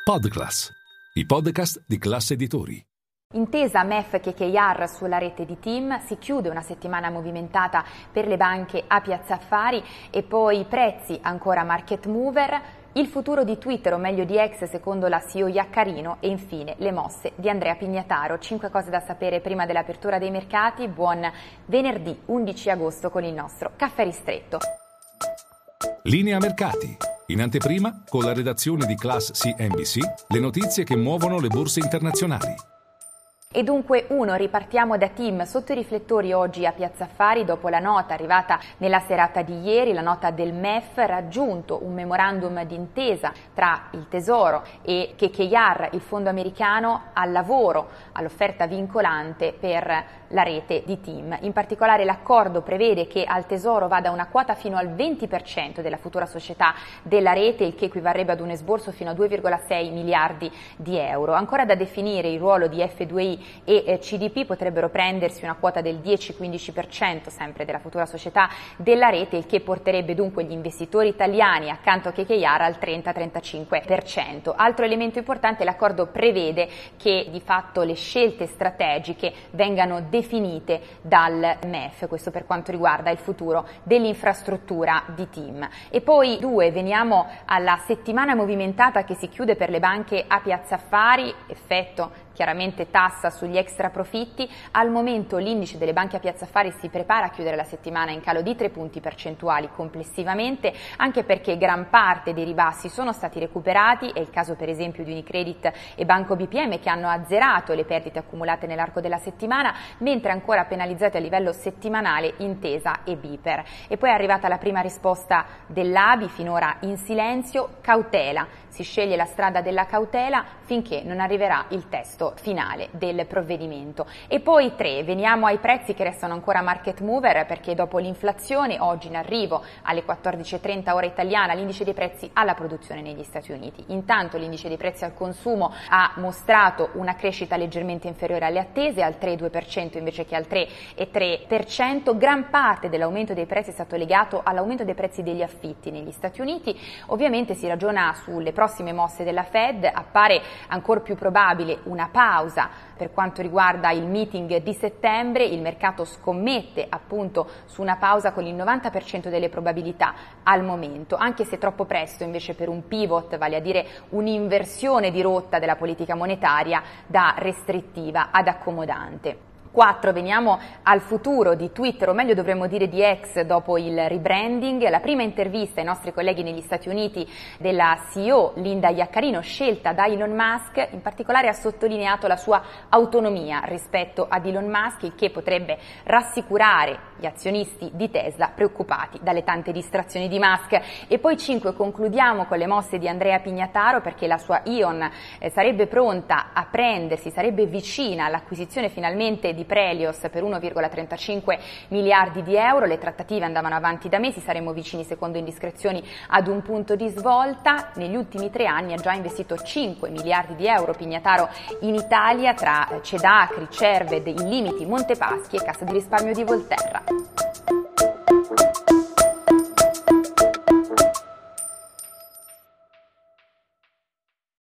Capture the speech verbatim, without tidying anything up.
Podclass, i podcast di Class Editori. Intesa M E F K K R sulla rete di Tim, si chiude una settimana movimentata per le banche a Piazza Affari e poi prezzi ancora market mover, il futuro di Twitter o meglio di X secondo la C E O Iaccarino e infine le mosse di Andrea Pignataro. Cinque cose da sapere prima dell'apertura dei mercati. Buon venerdì undici agosto con il nostro caffè ristretto. Linea mercati. In anteprima, con la redazione di Class C N B C, le notizie che muovono le borse internazionali. E dunque uno, ripartiamo da Tim, sotto i riflettori oggi a Piazza Affari dopo la nota arrivata nella serata di ieri, la nota del M E F, raggiunto un memorandum d'intesa tra il Tesoro e K K R, il fondo americano, al lavoro, all'offerta vincolante per la rete di Tim. In particolare l'accordo prevede che al Tesoro vada una quota fino al venti per cento della futura società della rete, il che equivarrebbe ad un esborso fino a due virgola sei miliardi di euro. Ancora da definire il ruolo di F due I e C D P, potrebbero prendersi una quota del dieci-quindici per cento sempre della futura società della rete, il che porterebbe dunque gli investitori italiani accanto a K K R al trenta-trentacinque per cento. Altro elemento importante, l'accordo prevede che di fatto le scelte strategiche vengano definite dal M E F, questo per quanto riguarda il futuro dell'infrastruttura di Tim. E poi due, veniamo alla settimana movimentata che si chiude per le banche a Piazza Affari, effetto chiaramente tassa sugli extra profitti. Al momento l'indice delle banche a Piazza Affari si prepara a chiudere la settimana in calo di tre punti percentuali complessivamente, anche perché gran parte dei ribassi sono stati recuperati, è il caso per esempio di Unicredit e Banco B P M che hanno azzerato le perdite accumulate nell'arco della settimana, mentre ancora penalizzati a livello settimanale Intesa e Biper. E poi è arrivata la prima risposta dell'A B I, finora in silenzio, cautela, si sceglie la strada della cautela finché non arriverà il testo finale del provvedimento. E poi tre, veniamo ai prezzi che restano ancora market mover, perché dopo l'inflazione oggi in arrivo alle quattordici e trenta ora italiana l'indice dei prezzi alla produzione negli Stati Uniti. Intanto l'indice dei prezzi al consumo ha mostrato una crescita leggermente inferiore alle attese, al tre virgola due per cento invece che al tre virgola tre per cento. Gran parte dell'aumento dei prezzi è stato legato all'aumento dei prezzi degli affitti negli Stati Uniti. Ovviamente si ragiona sulle prossime mosse della Fed, appare ancor più probabile una pausa per quanto riguarda il meeting di settembre, il mercato scommette appunto su una pausa con il novanta per cento delle probabilità al momento, anche se troppo presto invece per un pivot, vale a dire un'inversione di rotta della politica monetaria da restrittiva ad accomodante. quattro, veniamo al futuro di Twitter, o meglio dovremmo dire di X dopo il rebranding. La prima intervista ai nostri colleghi negli Stati Uniti della C E O Linda Iaccarino, scelta da Elon Musk, in particolare ha sottolineato la sua autonomia rispetto ad Elon Musk, il che potrebbe rassicurare gli azionisti di Tesla preoccupati dalle tante distrazioni di Musk. E poi cinque, concludiamo con le mosse di Andrea Pignataro, perché la sua Ion eh, sarebbe pronta a prendersi, sarebbe vicina all'acquisizione finalmente di Prelios per uno virgola trentacinque miliardi di euro. Le trattative andavano avanti da mesi, saremmo vicini secondo indiscrezioni ad un punto di svolta. Negli ultimi tre anni ha già investito cinque miliardi di euro Pignataro in Italia tra Cedacri, Cerved, Illimiti, Montepaschi e Cassa di Risparmio di Volterra.